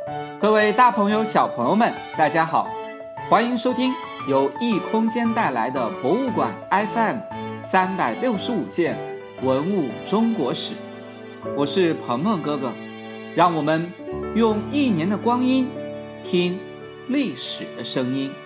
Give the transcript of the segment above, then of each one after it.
各位大朋友小朋友们大家好，欢迎收听由异空间带来的博物馆 FM 365件文物中国史，我是鹏鹏哥哥，让我们用1年的光阴听历史的声音。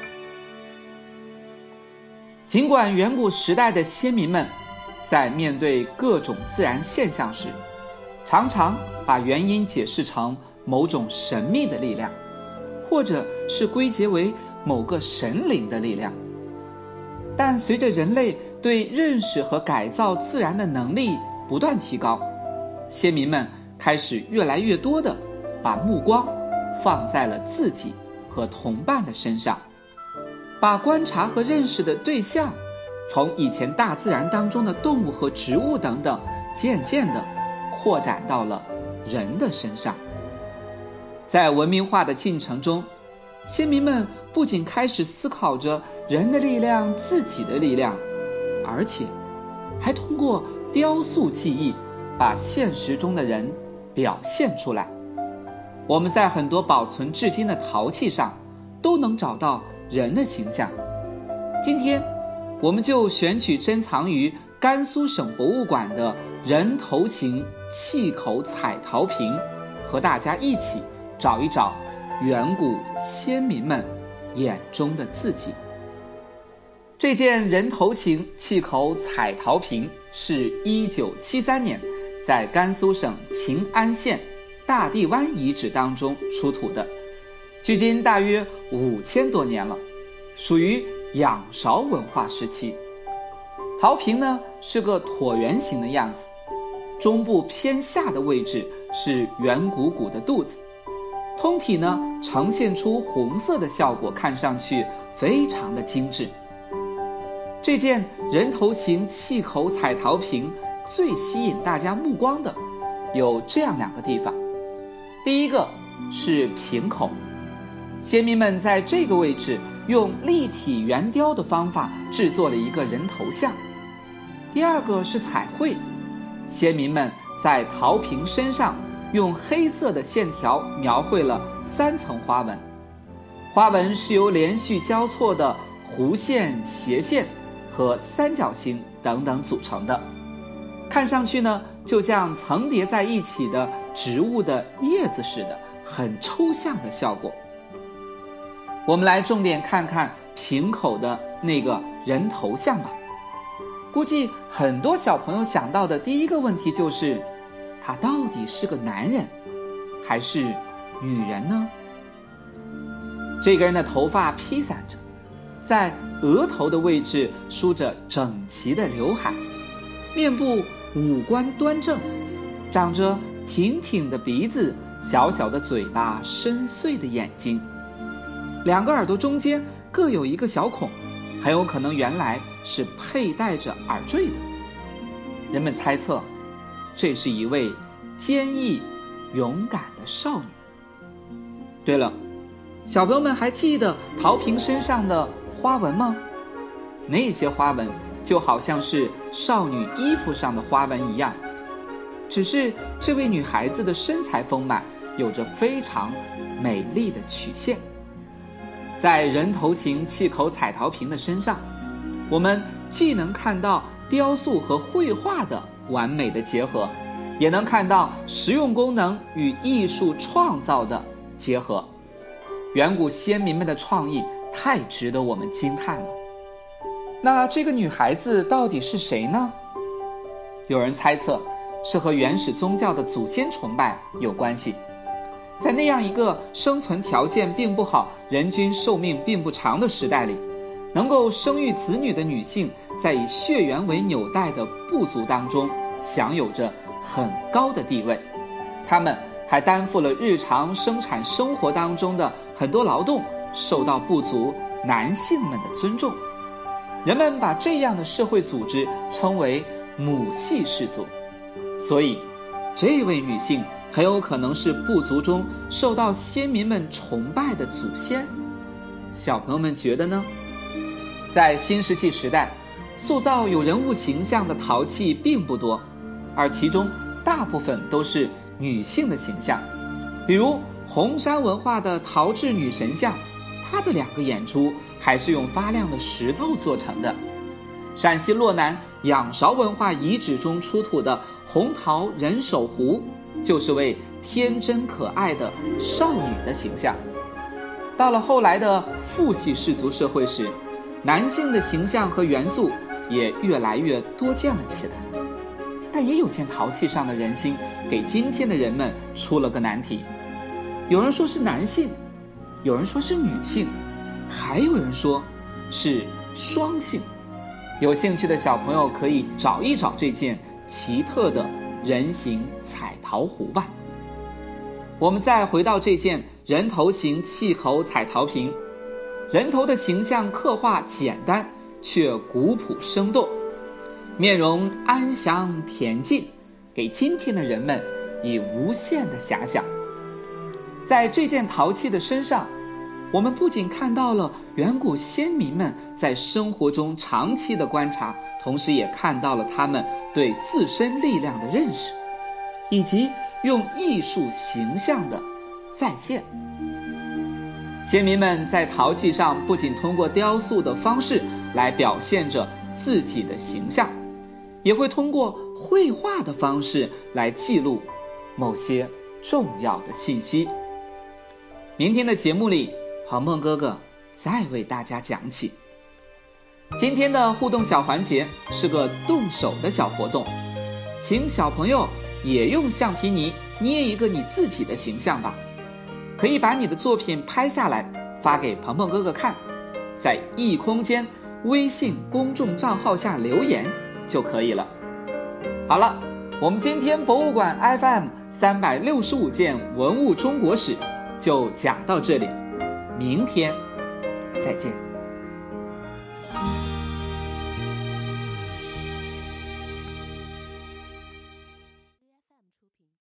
尽管远古时代的先民们在面对各种自然现象时，常常把原因解释成某种神秘的力量，或者是归结为某个神灵的力量，但随着人类对认识和改造自然的能力不断提高，先民们开始越来越多地把目光放在了自己和同伴的身上，把观察和认识的对象从以前大自然当中的动物和植物等等，渐渐地扩展到了人的身上。在文明化的进程中，先民们不仅开始思考着人的力量、自己的力量，而且还通过雕塑技艺把现实中的人表现出来。我们在很多保存至今的陶器上都能找到人的形象。今天我们就选取珍藏于甘肃省博物馆的人头形气口彩陶瓶，和大家一起找一找远古先民们眼中的自己。这件人头形气口彩陶瓶是1973年在甘肃省秦安县大地湾遗址当中出土的，距今大约5000多年了，属于仰韶文化时期。陶瓶呢是个椭圆形的样子，中部偏下的位置是圆鼓鼓的肚子，通体呢呈现出红色的效果，看上去非常的精致。这件人头形气口彩陶瓶最吸引大家目光的有这样2个地方。第一个是瓶口，先民们在这个位置用立体圆雕的方法制作了一个人头像。第二个是彩绘，先民们在陶瓶身上用黑色的线条描绘了3层花纹，花纹是由连续交错的弧线、斜线和三角形等等组成的，看上去呢就像层叠在一起的植物的叶子似的，很抽象的效果。我们来重点看看瓶口的那个人头像吧。估计很多小朋友想到的第一个问题就是，他到底是个男人还是女人呢？这个人的头发披散着，在额头的位置梳着整齐的刘海，面部五官端正，长着挺挺的鼻子，小小的嘴巴，深邃的眼睛，2个耳朵中间各有一个小孔，很有可能原来是佩戴着耳坠的。人们猜测，这是一位坚毅勇敢的少女。对了，小朋友们还记得陶瓶身上的花纹吗？那些花纹就好像是少女衣服上的花纹一样，只是这位女孩子的身材丰满，有着非常美丽的曲线。在人头形气口彩陶瓶的身上，我们既能看到雕塑和绘画的完美的结合，也能看到实用功能与艺术创造的结合。远古先民们的创意太值得我们惊叹了。那这个女孩子到底是谁呢？有人猜测是和原始宗教的祖先崇拜有关系。在那样一个生存条件并不好、人均寿命并不长的时代里，能够生育子女的女性在以血缘为纽带的部族当中享有着很高的地位，她们还担负了日常生产生活当中的很多劳动，受到部族男性们的尊重。人们把这样的社会组织称为母系氏族，所以这位女性很有可能是部族中受到先民们崇拜的祖先。小朋友们觉得呢？在新石器时代，塑造有人物形象的陶器并不多，而其中大部分都是女性的形象，比如红山文化的陶制女神像，她的2个眼珠还是用发亮的石头做成的。陕西洛南仰韶文化遗址中出土的红陶人手壶，就是为天真可爱的少女的形象。到了后来的父系氏族社会时，男性的形象和元素也越来越多见了起来。但也有件陶器上的人形给今天的人们出了个难题，有人说是男性，有人说是女性，还有人说是双性。有兴趣的小朋友可以找一找这件奇特的人形彩陶壶吧。我们再回到这件人头形气口彩陶瓶，人头的形象刻画简单却古朴生动，面容安详恬静，给今天的人们以无限的遐想。在这件陶器的身上，我们不仅看到了远古先民们在生活中长期的观察，同时也看到了他们对自身力量的认识，以及用艺术形象的再现。先民们在陶器上不仅通过雕塑的方式来表现着自己的形象，也会通过绘画的方式来记录某些重要的信息。明天的节目里，鹏鹏哥哥再为大家讲起。今天的互动小环节是个动手的小活动，请小朋友也用橡皮泥捏一个你自己的形象吧。可以把你的作品拍下来发给鹏鹏哥哥看，在异空间微信公众账号下留言就可以了。好了，我们今天博物馆 FM 365件文物中国史就讲到这里，明天再见。